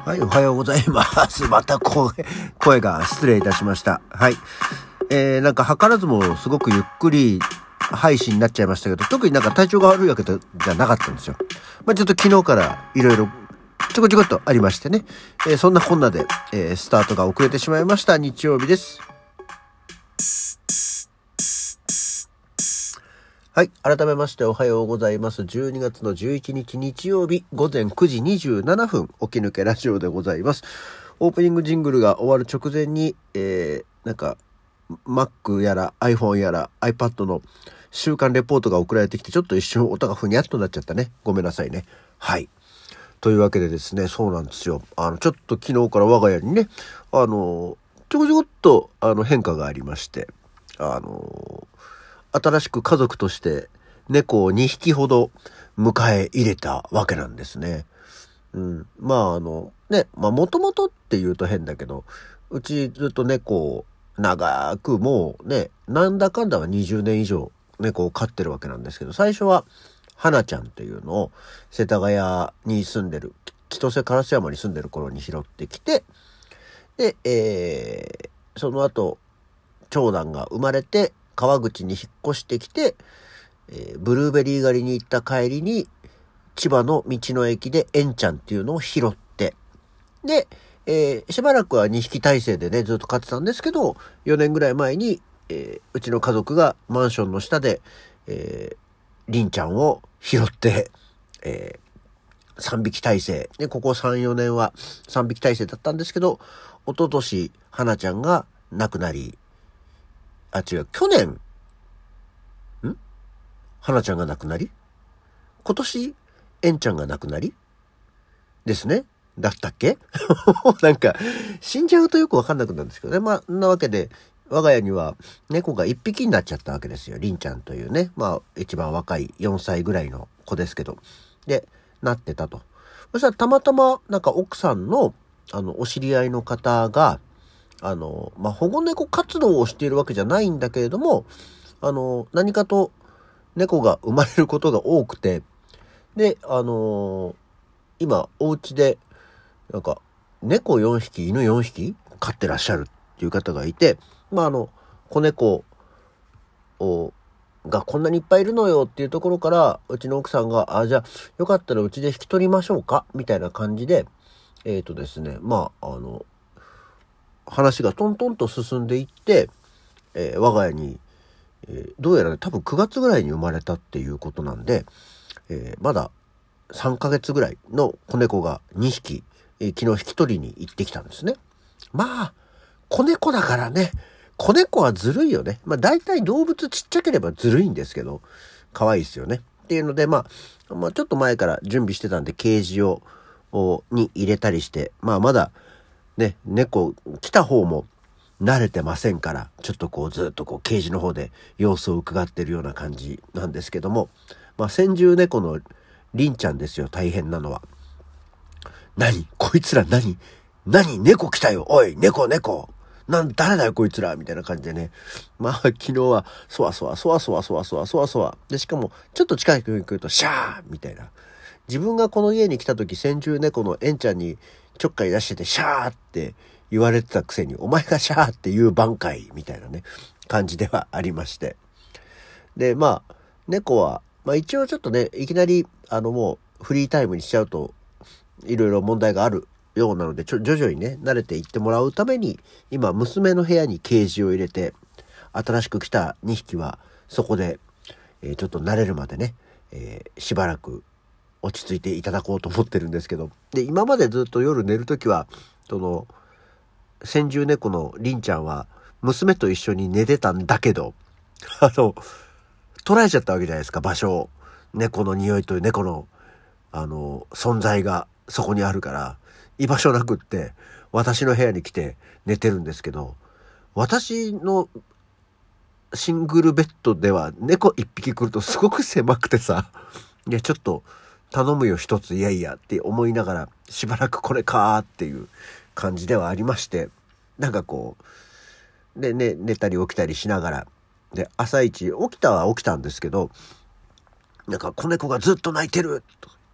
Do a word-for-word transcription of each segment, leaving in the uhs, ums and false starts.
はい、おはようございます。また声、声が失礼いたしました。はい。えー、なんか図らずもすごくゆっくり配信になっちゃいましたけど、特になんか体調が悪いわけじゃなかったんですよ。まあちょっと昨日からいろいろちょこちょこっとありましてね。えー、そんなこんなで、えー、スタートが遅れてしまいました。日曜日です。はい。改めましておはようございます。じゅうにがつのじゅういちにち日曜日午前くじにじゅうななふん、起き抜けラジオでございます。オープニングジングルが終わる直前に、えー、なんか、Mac やら iPhone やら iPad の週間レポートが送られてきて、ちょっと一瞬音がふにゃっとなっちゃったね。ごめんなさいね。はい。というわけでですね、そうなんですよ。あの、ちょっと昨日から我が家にね、あの、ちょこちょこっと、あの、変化がありまして、あの、新しく家族として猫をにひきほど迎え入れたわけなんですね。うん。まああの、ね、まあもともとって言うと変だけど、うちずっと猫を長くもうね、なんだかんだはにじゅうねん以上猫を飼ってるわけなんですけど、最初は花ちゃんっていうのを世田谷に住んでる、千歳烏山に住んでる頃に拾ってきて、で、えー、その後、長男が生まれて、川口に引っ越してきて、えー、ブルーベリー狩りに行った帰りに、千葉の道の駅でエンちゃんっていうのを拾って、で、えー、しばらくはにひき体制でね、ずっと飼ってたんですけど、よねんぐらい前に、えー、うちの家族がマンションの下で、えー、リンちゃんを拾って、えー、さんびき体制。で、ここさん、よねんはさんびき体制だったんですけど、一昨年、花ちゃんが亡くなり、あ、違う、去年、ん花ちゃんが亡くなり今年、エンちゃんが亡くなりですね。だったっけなんか、死んじゃうとよくわかんなくなるんですけどね。まあ、そんなわけで、我が家には猫が一匹になっちゃったわけですよ。りんちゃんというね。まあ、一番若いよんさいぐらいの子ですけど。で、なってたと。そしたらたまたま、なんか奥さんの、あの、お知り合いの方が、あの、まあ、保護猫活動をしているわけじゃないんだけれども、あの、何かと猫が生まれることが多くて、で、あの、今、お家で、なんか、猫よんひき、犬よんひき飼ってらっしゃるっていう方がいて、まあ、あの、子猫を、がこんなにいっぱいいるのよっていうところから、うちの奥さんが、あ、じゃあ、よかったらうちで引き取りましょうかみたいな感じで、えっとですね、まあ、あの、話がトントンと進んでいって、えー、我が家に、えー、どうやら、ね、多分くがつぐらいに生まれたっていうことなんで、えー、まださんかげつぐらいの子猫がにひき、えー、昨日引き取りに行ってきたんですね。まあ、子猫だからね、子猫はずるいよね。まあ大体動物ちっちゃければずるいんですけど、可愛いですよね。っていうので、まあ、まあちょっと前から準備してたんで、ケージを、に入れたりして、まあまだ、ね、猫来た方も慣れてませんから、ちょっとこうずっとこうケージの方で様子を伺ってるような感じなんですけども、まあ先住猫のリンちゃんですよ、大変なのは。何こいつら何何猫来たよおい猫猫なん誰だよこいつらみたいな感じでね。まあ昨日はそわそわそわそわそわそわそわそわ。で、しかもちょっと近くに来るとシャーみたいな。自分がこの家に来た時先住猫のエンちゃんにちょっかい出しててシャーって言われてたくせにお前がシャーって言う挽回みたいなね感じではありまして。で、まあ猫はまあ一応ちょっとねいきなりあのもうフリータイムにしちゃうといろいろ問題があるようなのでちょ徐々にね慣れていってもらうために今娘の部屋にケージを入れて新しく来たにひきはそこで、えー、ちょっと慣れるまでね、えー、しばらく落ち着いていただこうと思ってるんですけど、で今までずっと夜寝るときはその先住猫のりんちゃんは娘と一緒に寝てたんだけどあの捉えちゃったわけじゃないですか、場所を。猫の匂いと猫のあの存在がそこにあるから居場所なくって私の部屋に来て寝てるんですけど、私のシングルベッドでは猫一匹来るとすごく狭くてさ、いやちょっと頼むよ一ついやいやって思いながらしばらくこれかーっていう感じではありまして、なんかこうでね寝たり起きたりしながらで朝一起きたは起きたんですけど、なんか子猫がずっと泣いてると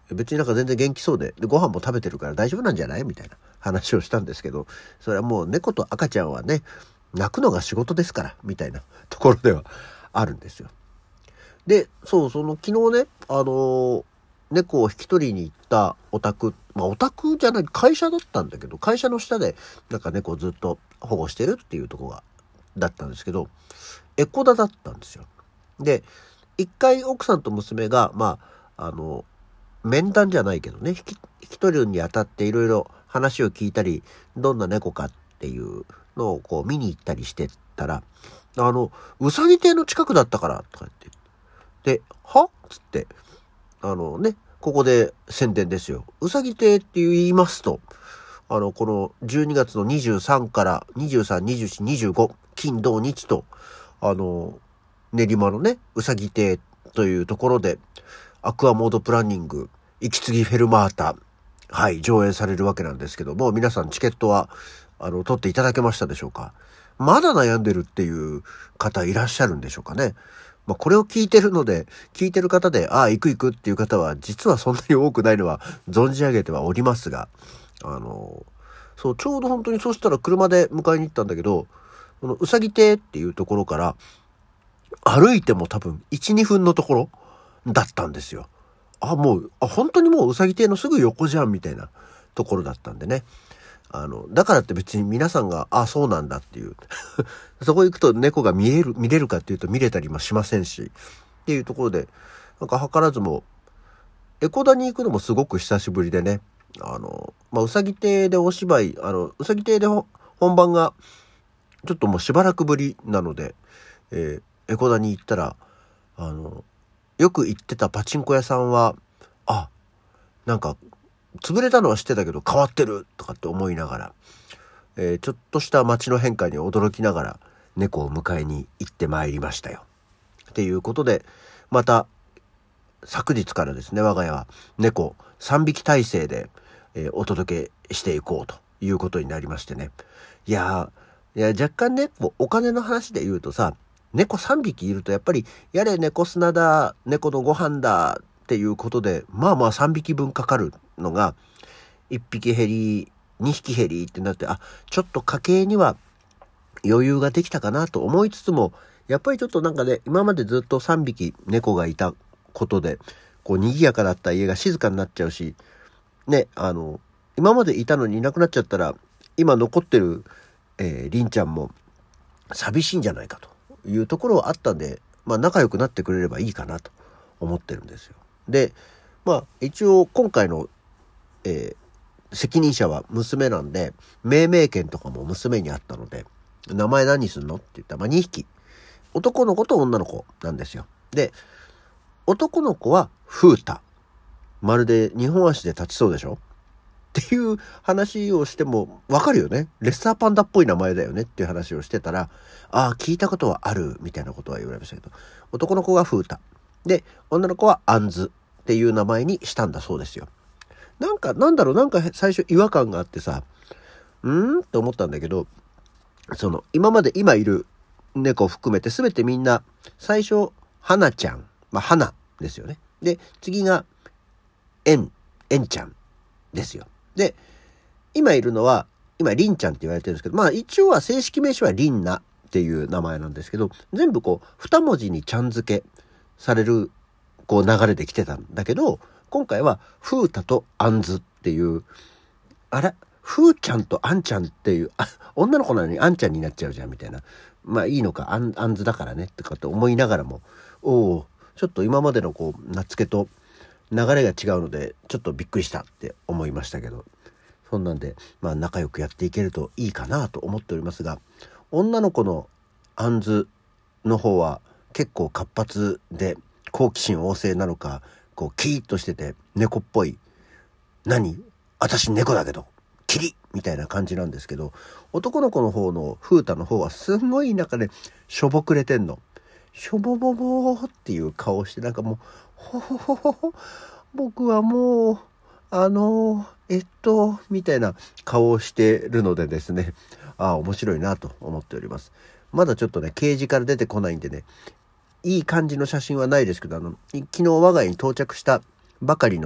別になんか全然元気そうで、で、ご飯も食べてるから大丈夫なんじゃないみたいな話をしたんですけど、それはもう猫と赤ちゃんはね、泣くのが仕事ですから、みたいなところではあるんですよ。で、そう、その昨日ね、あのー、猫を引き取りに行ったお宅、まあお宅じゃない、会社だったんだけど、会社の下でなんか猫をずっと保護してるっていうところが、だったんですけど、エコダだったんですよ。で、一回奥さんと娘が、まあ、あの、面談じゃないけどね、引き、引き取るにあたっていろいろ話を聞いたり、どんな猫かっていうのをこう見に行ったりしてたら、あの、うさぎ亭の近くだったからとか言って、で、はっつって、あのね、ここで宣伝ですよ。うさぎ亭って言いますと、あの、このじゅうにがつのにじゅうさんからにじゅうさん、にじゅうよん、にじゅうご、金土日と、あの、練馬のね、うさぎ亭というところで、アクアモードプランニング、息継ぎフェルマータ、はい、上演されるわけなんですけども、皆さんチケットは、あの、取っていただけましたでしょうか？まだ悩んでるっていう方いらっしゃるんでしょうかね？まあ、これを聞いてるので、聞いてる方で、ああ、行く行くっていう方は、実はそんなに多くないのは存じ上げてはおりますが、あの、そう、ちょうど本当にそうしたら車で迎えに行ったんだけど、このうさぎ亭っていうところから、歩いても多分いち、にふんのところだったんですよ。あ、もう、あ、本当にもううさぎ亭のすぐ横じゃんみたいなところだったんでね。あの、だからって別に皆さんが、あ、そうなんだっていう。そこ行くと猫が見える、見れるかっていうと見れたりもしませんし。っていうところで、なんか図らずも、エコダに行くのもすごく久しぶりでね。あの、まあ、うさぎ亭でお芝居、あの、うさぎ亭で本番が、ちょっともうしばらくぶりなので、えー、エコダに行ったら、あの、よく行ってたパチンコ屋さんは、あ、なんか、潰れたのは知ってたけど変わってるとかって思いながら、えー、ちょっとした街の変化に驚きながら猫を迎えに行ってまいりましたよ。っていうことで、また昨日からですね、我が家は猫さんびき体制で、えー、お届けしていこうということになりましてね。いやー、いや若干ね、お金の話で言うとさ、猫さんびきいるとやっぱり、やれ猫砂だ、猫のご飯だっていうことで、まあまあさんびきぶんかかるのが、いっぴき減り、にひき減りってなって、あ、ちょっと家計には余裕ができたかなと思いつつも、やっぱりちょっとなんかね、今までずっとさんびき猫がいたことで、こう賑やかだった家が静かになっちゃうし、ね、あの、今までいたのにいなくなっちゃったら、今残ってる、えー、りんちゃんも寂しいんじゃないかというところはあったんで、まあ仲良くなってくれればいいかなと思ってるんですよ。で、まあ一応今回の、えー、責任者は娘なんで、命名権とかも娘にあったので、名前何すんのって言ったら、まあにひき。男の子と女の子なんですよ。で、男の子は風太。まるで日本足で立ちそうでしょっていう話をしてもわかるよね。レッサーパンダっぽい名前だよねっていう話をしてたら、ああ、聞いたことはあるみたいなことは言われましたけど、男の子が風太。で、女の子はアンズっていう名前にしたんだそうですよ。なんか、なんだろう、なんか最初違和感があってさ、うーんって思ったんだけど、その、今まで今いる猫を含めて全てみんな、最初、花ちゃん。まあ、花ですよね。で、次が、エン、エンちゃんですよ。で、今いるのは、今、リンちゃんって言われてるんですけど、まあ一応は正式名称はリンナっていう名前なんですけど、全部こう、二文字にちゃん付けされる、こう流れで来てたんだけど、今回は、フータとアンズっていう、あれフーちゃんとアンちゃんっていう、あ、女の子なのにアンちゃんになっちゃうじゃんみたいな。まあいいのか、アン、アンズだからね、とかって思いながらも、おお、ちょっと今までのこう、名付けと流れが違うので、ちょっとびっくりしたって思いましたけど、そんなんで、まあ仲良くやっていけるといいかなと思っておりますが、女の子のアンズの方は結構活発で好奇心旺盛なのか、こうキーッとしてて猫っぽい、何？私猫だけど、キリみたいな感じなんですけど、男の子の方の風太の方はすごい中でしょぼくれてんの。しょぼぼぼーっていう顔して、なんかもう、ほほほほほ、僕はもう、あの、えっと、みたいな顔をしてるのでですね、ああ、面白いなと思っております。まだちょっとね、ケージから出てこないんでね、いい感じの写真はないですけど、あの、昨日我が家に到着したばかりの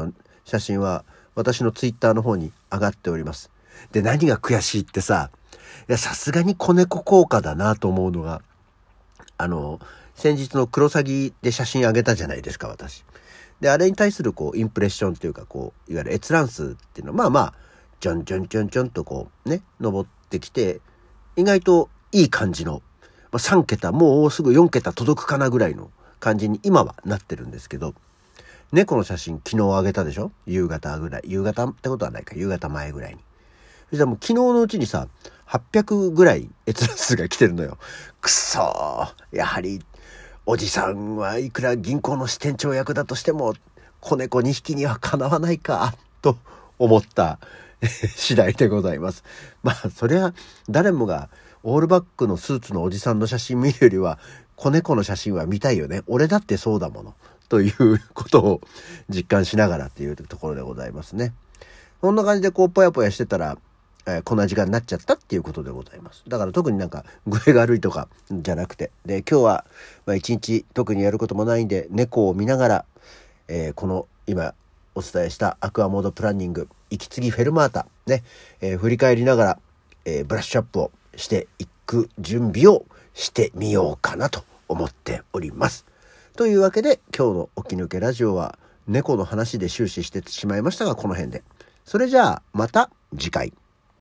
写真は私のツイッターの方に上がっております。で、何が悔しいってさ、いや、さすがに子猫効果だなと思うのが、あの、先日のクロサギで写真上げたじゃないですか、私。で、あれに対するこう、インプレッションというか、こう、いわゆる閲覧数っていうのは、まあまあ、ちょんちょんちょんちょんとこう、ね、登ってきて、意外といい感じの、まあ、さん桁、もうすぐよん桁届くかなぐらいの感じに今はなってるんですけど、猫の写真昨日上げたでしょ？夕方ぐらい。夕方ってことはないか。夕方前ぐらいに。そしたらもう昨日のうちにさ、はっぴゃくぐらい閲覧数が来てるのよ。くそー。やはり、おじさんはいくら銀行の支店長役だとしても、子猫にひきにはかなわないか、と思った次第でございます。まあ、そりゃ、誰もがオールバックのスーツのおじさんの写真見るよりは、子猫の写真は見たいよね。俺だってそうだもの。ということを実感しながらっていうところでございますね。こんな感じでこうぽやぽやしてたら、えー、こんな時間になっちゃったっていうことでございます。だから特になんか具合が悪いとかじゃなくて、で今日はまあ一日特にやることもないんで猫を見ながら、えー、この今お伝えしたアクアモードプランニング息継ぎフェルマータね、えー、振り返りながら、えー、ブラッシュアップをしていく準備をしてみようかなと思っております。というわけで今日の起き抜けラジオは猫の話で終始してしまいましたがこの辺で。それじゃあまた次回。